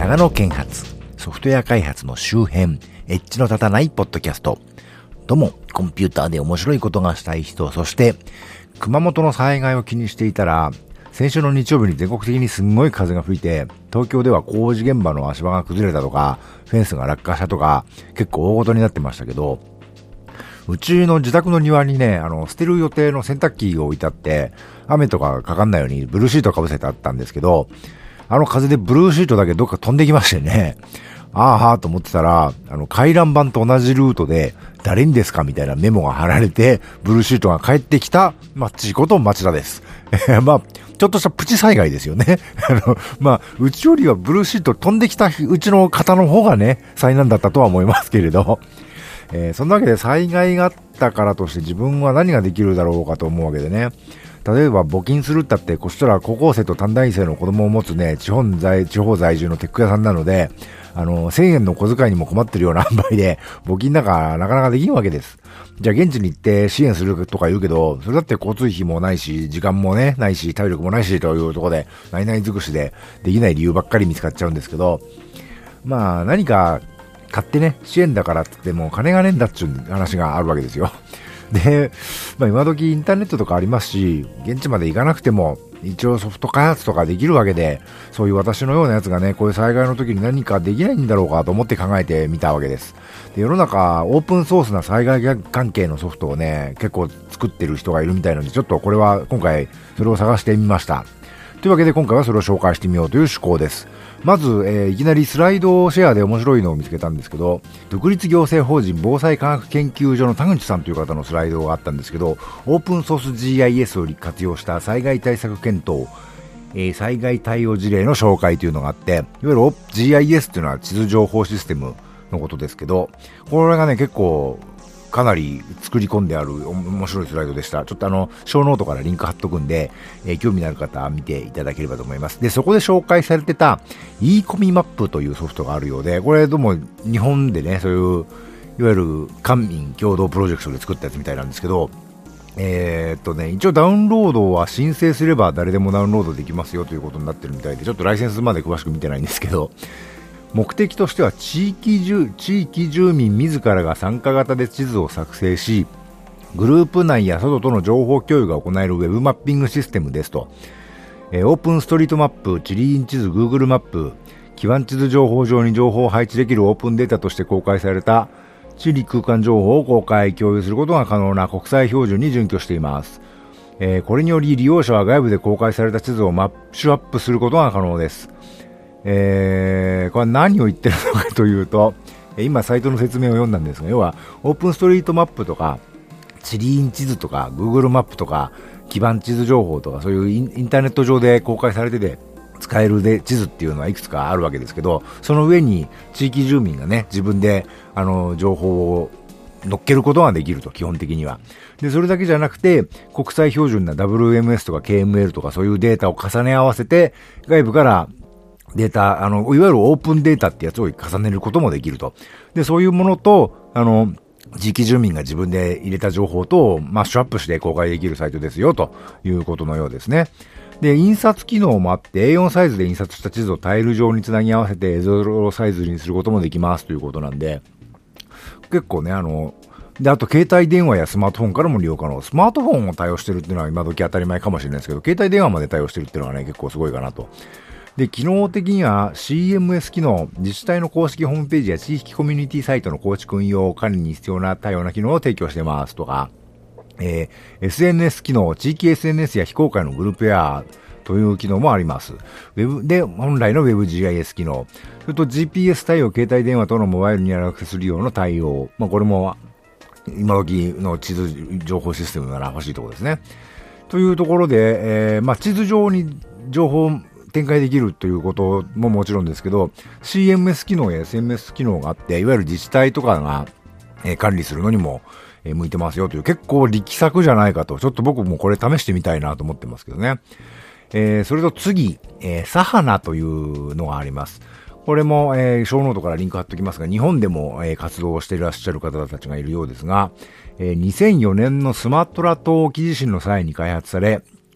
長野県発ソフトウェア開発の周辺、エッジの立たないポッドキャスト。どうも、コンピューターで面白いことがしたい人、そして熊本の災害を気にしていたら、先週の日曜日に全国的にすんごい風が吹いて、東京では工事現場の足場が崩れたとか、フェンスが落下したとか、結構大事になってましたけど、うちの自宅の庭にね、捨てる予定の洗濯機を置いてあって、雨とかかかんないようにブルーシートをかぶせてあったんですけど、風でブルーシートだけどっか飛んできましてね、あーはーと思ってたら、回覧板と同じルートで、誰にですかみたいなメモが貼られて、ブルーシートが帰ってきた、事故と町田です。ちょっとしたプチ災害ですよね。うちよりはブルーシート飛んできたうちの方の方がね、災難だったとは思いますけれど、そんなわけで災害があったからとして自分は何ができるだろうかと思うわけでね。例えば募金するったって、こちとら高校生と短大生の子供を持つね、地方在住のテック屋さんなので、1000円の小遣いにも困ってるような販売で、募金なんかなかなかできんわけです。じゃあ現地に行って支援するとか言うけど、それだって交通費もないし、時間もね、ないし、体力もないしというところで、ないない尽くしでできない理由ばっかり見つかっちゃうんですけど、何か買ってね、支援だからって言っても金がねえんだっちゅう話があるわけですよ。で、今時インターネットとかありますし、現地まで行かなくても一応ソフト開発とかできるわけで、そういう私のようなやつがね、こういう災害の時に何かできないんだろうかと思って考えてみたわけです。で、世の中オープンソースな災害関係のソフトをね、結構作ってる人がいるみたいなので、ちょっとこれは今回それを探してみました。というわけで今回はそれを紹介してみようという趣向です。まず、いきなりスライドシェアで面白いのを見つけたんですけど、独立行政法人防災科学研究所の田口さんという方のスライドがあったんですけど、オープンソース GIS を活用した災害対策検討、災害対応事例の紹介というのがあって、いわゆる GIS というのは地図情報システムのことですけど、これがね、結構かなり作り込んである面白いスライドでした。ちょっとショーノートからリンク貼っとくんで、興味のある方は見ていただければと思います。で、そこで紹介されてた e コミマップというソフトがあるようで、これどうも日本でね、そういういわゆる官民共同プロジェクトで作ったやつみたいなんですけど、一応ダウンロードは申請すれば誰でもダウンロードできますよということになってるみたいで、ちょっとライセンスまで詳しく見てないんですけど、目的としては地域住民自らが参加型で地図を作成し、グループ内や外との情報共有が行えるウェブマッピングシステムですと。オープンストリートマップ、地理院地図、Google マップ、基盤地図情報上に情報を配置できるオープンデータとして公開された地理空間情報を公開共有することが可能な国際標準に準拠しています。これにより利用者は外部で公開された地図をマッシュアップすることが可能です。これは何を言ってるのかというと、今サイトの説明を読んだんですが、要はオープンストリートマップとか地理院地図とか Google マップとか基盤地図情報とか、そういうインターネット上で公開されてて使える地図っていうのはいくつかあるわけですけど、その上に地域住民がね、自分で情報を乗っけることができると、基本的には。で、それだけじゃなくて、国際標準な WMS とか KML とかそういうデータを重ね合わせて、外部からデータ、いわゆるオープンデータってやつを重ねることもできると。で、そういうものと、地域住民が自分で入れた情報とマッシュアップして公開できるサイトですよ、ということのようですね。で、印刷機能もあって、A4 サイズで印刷した地図をタイル状につなぎ合わせて、A0 サイズにすることもできますということなんで、結構ね、で、あと携帯電話やスマートフォンからも利用可能。スマートフォンを対応してるっていうのは今時当たり前かもしれないですけど、携帯電話まで対応してるっていうのはね、結構すごいかなと。で、機能的には CMS 機能、自治体の公式ホームページや地域コミュニティサイトの構築運用管理に必要な多様な機能を提供していますとか、SNS 機能、地域 SNS や非公開のグループやという機能もあります。ウェブで本来の WebGIS 機能、それと GPS 対応、携帯電話とのモバイルにアクセス利用の対応、これも今時の地図情報システムなら欲しいところですね。というところで、地図上に情報展開できるということももちろんですけど、 CMS 機能や SMS 機能があって、いわゆる自治体とかが、管理するのにも、向いてますよという、結構力作じゃないかと、ちょっと僕もこれ試してみたいなと思ってますけどね。それと次、サハナというのがあります。これも、ショーノートからリンク貼っておきますが、日本でも、活動していらっしゃる方たちがいるようですが、2004年のスマトラ島沖地震の際に開発され、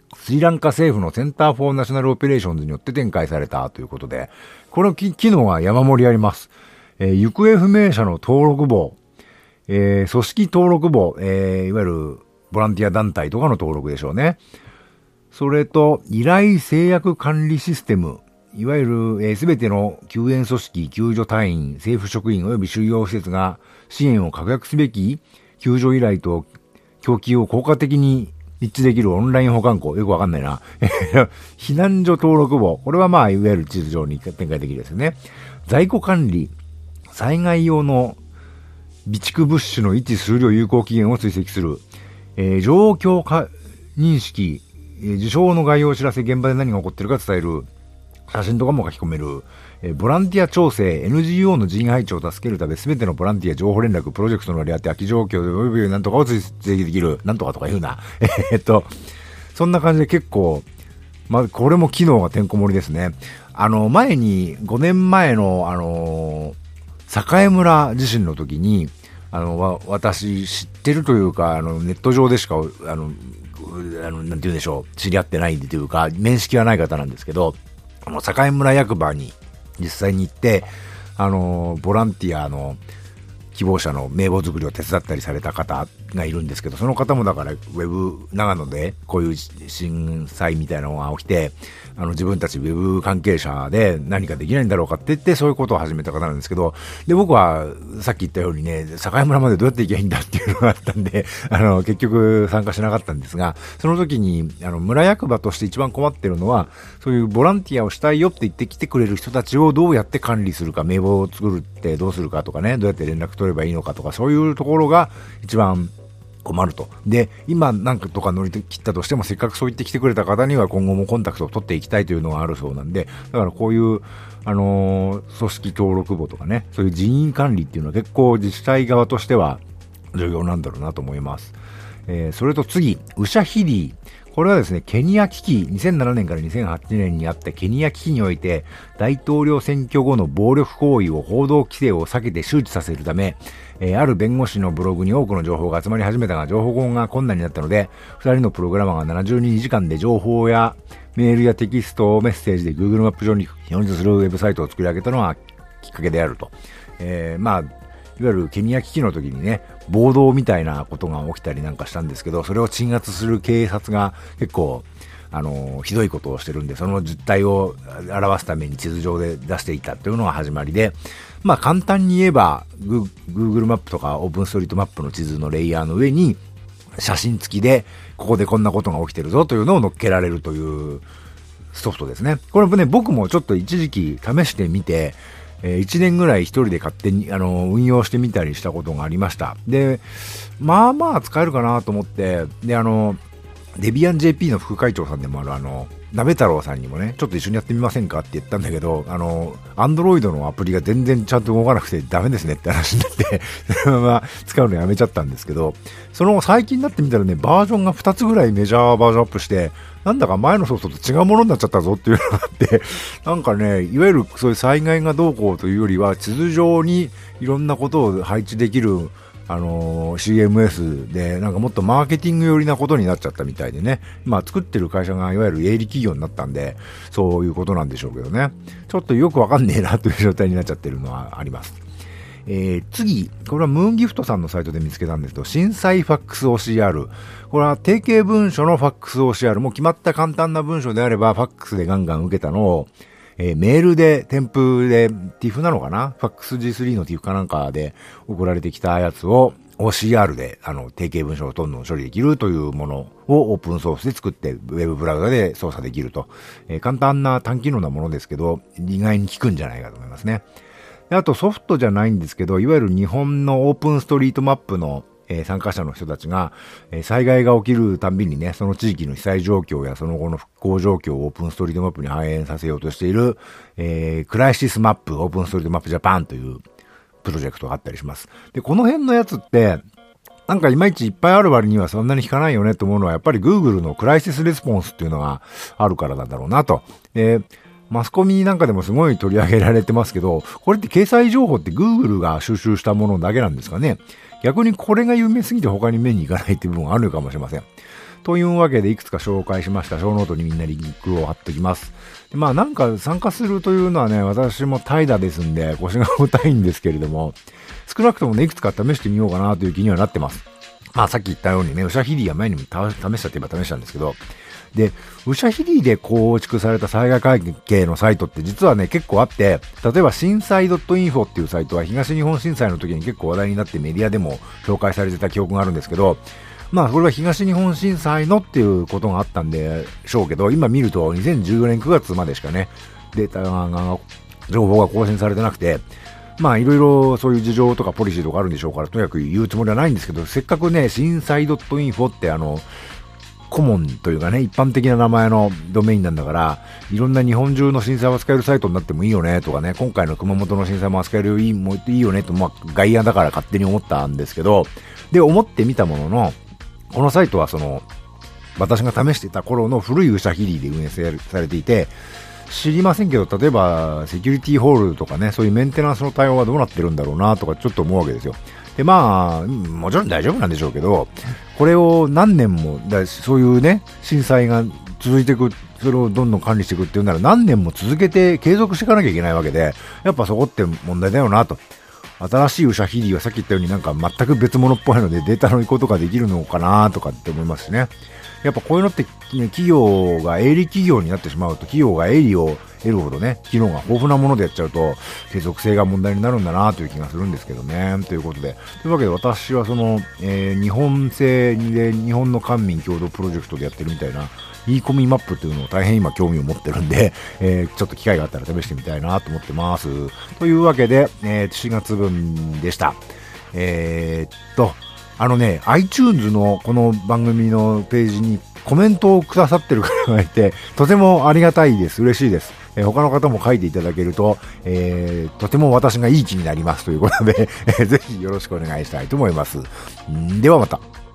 スリランカ政府のセンターフォーナショナルオペレーションズによって展開されたということで、この機能は山盛りあります。行方不明者の登録簿、組織登録簿、いわゆるボランティア団体とかの登録でしょうね。それと、依頼制約管理システム、いわゆるすべての救援組織、救助隊員、政府職員及び収容施設が支援を確約すべき救助依頼と供給を効果的に一致できるオンライン保管庫。よくわかんないな。避難所登録簿。これはまあ、いわゆる地図上に展開できるですよね。在庫管理。災害用の備蓄物資の位置数量有効期限を追跡する。状況認識。事象の概要を知らせ、現場で何が起こっているか伝える。写真とかも書き込める。ボランティア調整、NGO の人員配置を助けるため、すべてのボランティア情報連絡、プロジェクトの割り当て、空き状況で及びなんとかを追跡できる。なんとかとか言うな。そんな感じで結構、これも機能がてんこ盛りですね。前に、5年前の、栄村地震の時に、私知ってるというか、ネット上でしか、なんて言うんでしょう、知り合ってないというか、面識はない方なんですけど、栄村役場に実際に行って、ボランティアの希望者の名簿作りを手伝ったりされた方がいるんですけど、その方もだからウェブ長野でこういう震災みたいなのが起きて、自分たちウェブ関係者で何かできないんだろうかって言ってそういうことを始めた方なんですけど、で僕はさっき言ったようにね、栄村までどうやって行けばいいんだっていうのがあったんで、結局参加しなかったんですが、その時に村役場として一番困ってるのは、そういうボランティアをしたいよって言ってきてくれる人たちをどうやって管理するか、名簿を作るってどうするかとかね、どうやって連絡取ればいいのかとか、そういうところが一番困ると。で、今なんかとか乗り切ったとしても、せっかくそう言ってきてくれた方には今後もコンタクトを取っていきたいというのがあるそうなんで、だからこういう、組織登録簿とかね、そういう人員管理っていうのは結構自治体側としては重要なんだろうなと思います。それと次、ウシャヒリー。これはですね、ケニア危機、2007年から2008年にあったケニア危機において、大統領選挙後の暴力行為を報道規制を避けて周知させるため、ある弁護士のブログに多くの情報が集まり始めたが、情報が困難になったので、2人のプログラマーが72時間で情報やメールやテキストメッセージで Google マップ上に表示するウェブサイトを作り上げたのがきっかけであると。いわゆるケニア危機の時にね、暴動みたいなことが起きたりなんかしたんですけど、それを鎮圧する警察が結構、ひどいことをしてるんで、その実態を表すために地図上で出していたというのが始まりで、簡単に言えば、Google マップとか OpenStreetMap の地図のレイヤーの上に、写真付きで、ここでこんなことが起きてるぞというのを載っけられるというソフトですね。これね、僕もちょっと一時期試してみて、1年ぐらい一人で勝手に運用してみたりしたことがありました。で、使えるかなと思って、で、デビアン JP の副会長さんでもある鍋太郎さんにもね、ちょっと一緒にやってみませんかって言ったんだけど、アンドロイドのアプリが全然ちゃんと動かなくてダメですねって話になって、そのまま使うのやめちゃったんですけど、その最近になってみたらね、バージョンが2つぐらいメジャーバージョンアップして、なんだか前のソフトと違うものになっちゃったぞっていうのがあって、なんかね、いわゆるそういう災害がどうこうというよりは、地図上にいろんなことを配置できるCMS でなんかもっとマーケティング寄りなことになっちゃったみたいでね、作ってる会社がいわゆる営利企業になったんで、そういうことなんでしょうけどね、ちょっとよくわかんねえなという状態になっちゃってるのはあります。次、これはムーンギフトさんのサイトで見つけたんですけど、震災ファックス OCR。これは定型文書のファックス OCR。もう決まった簡単な文書であれば、ファックスでガンガン受けたのを、メールで、添付で、TIFF なのかな？ファックス G3 の TIFF かなんかで送られてきたやつを OCR で、定型文書をどんどん処理できるというものをオープンソースで作って、ウェブブラウザで操作できると。簡単な単機能なものですけど、意外に効くんじゃないかと思いますね。あとソフトじゃないんですけど、いわゆる日本のオープンストリートマップの参加者の人たちが、災害が起きるたんびにね、その地域の被災状況やその後の復興状況をオープンストリートマップに反映させようとしている、クライシスマップ、オープンストリートマップジャパンというプロジェクトがあったりします。で、この辺のやつって、なんかいまいちいっぱいある割にはそんなに引かないよねと思うのは、やっぱり Google のクライシスレスポンスっていうのがあるからなんだろうなと。マスコミなんかでもすごい取り上げられてますけど、これって掲載情報って Google が収集したものだけなんですかね。逆にこれが有名すぎて他に目に行かないっていう部分があるのかもしれません。 というわけでいくつか紹介しました。小ノートにみんなリンクを貼っておきます。でまあなんか参加するというのはね、私も怠惰ですんで腰が重たいんですけれども、少なくともね、いくつか試してみようかなという気にはなってます。まあさっき言ったようにね、ウシャヒディは前にも試したといえば試したんですけど、で、ウシャヒディで構築された災害会計のサイトって実はね、結構あって、例えば震災 .info っていうサイトは東日本震災の時に結構話題になってメディアでも紹介されてた記憶があるんですけど、まあこれは東日本震災のっていうことがあったんでしょうけど、今見ると2014年9月までしかね、データが、情報が更新されてなくて、まあいろいろそういう事情とかポリシーとかあるんでしょうから、とにかく言うつもりはないんですけど、せっかくね、震災 .info ってコモンというかね、一般的な名前のドメインなんだから、いろんな日本中の震災を扱えるサイトになってもいいよねとかね、今回の熊本の震災も扱えるいいよねと、まあ外野だから勝手に思ったんですけど、で、思ってみたものの、このサイトは私が試してた頃の古いウシャヒディで運営されていて、知りませんけど、例えばセキュリティホールとかね、そういうメンテナンスの対応はどうなってるんだろうなとかちょっと思うわけですよ。で、まあ、もちろん大丈夫なんでしょうけど、これを何年も、そういうね、震災が続いていく、それをどんどん管理していくっていうなら何年も続けて継続していかなきゃいけないわけで、やっぱそこって問題だよなと。新しいウシャヒディはさっき言ったようになんか全く別物っぽいのでデータの移行とかできるのかなとかって思いますしね。やっぱこういうのって、ね、企業が営利企業になってしまうと、企業が営利を得るほどね、機能が豊富なものでやっちゃうと継続性が問題になるんだなという気がするんですけどね。ということで、というわけで私は日本製で日本の官民共同プロジェクトでやってるみたいなeコミマップというのを大変今興味を持ってるんで、ちょっと機会があったら試してみたいなと思ってます。というわけで、4月分でした。iTunes のこの番組のページにコメントをくださってる方がいて、とてもありがたいです。嬉しいです。他の方も書いていただけると、とても私がいい気になりますということで、ぜひよろしくお願いしたいと思います。ではまた。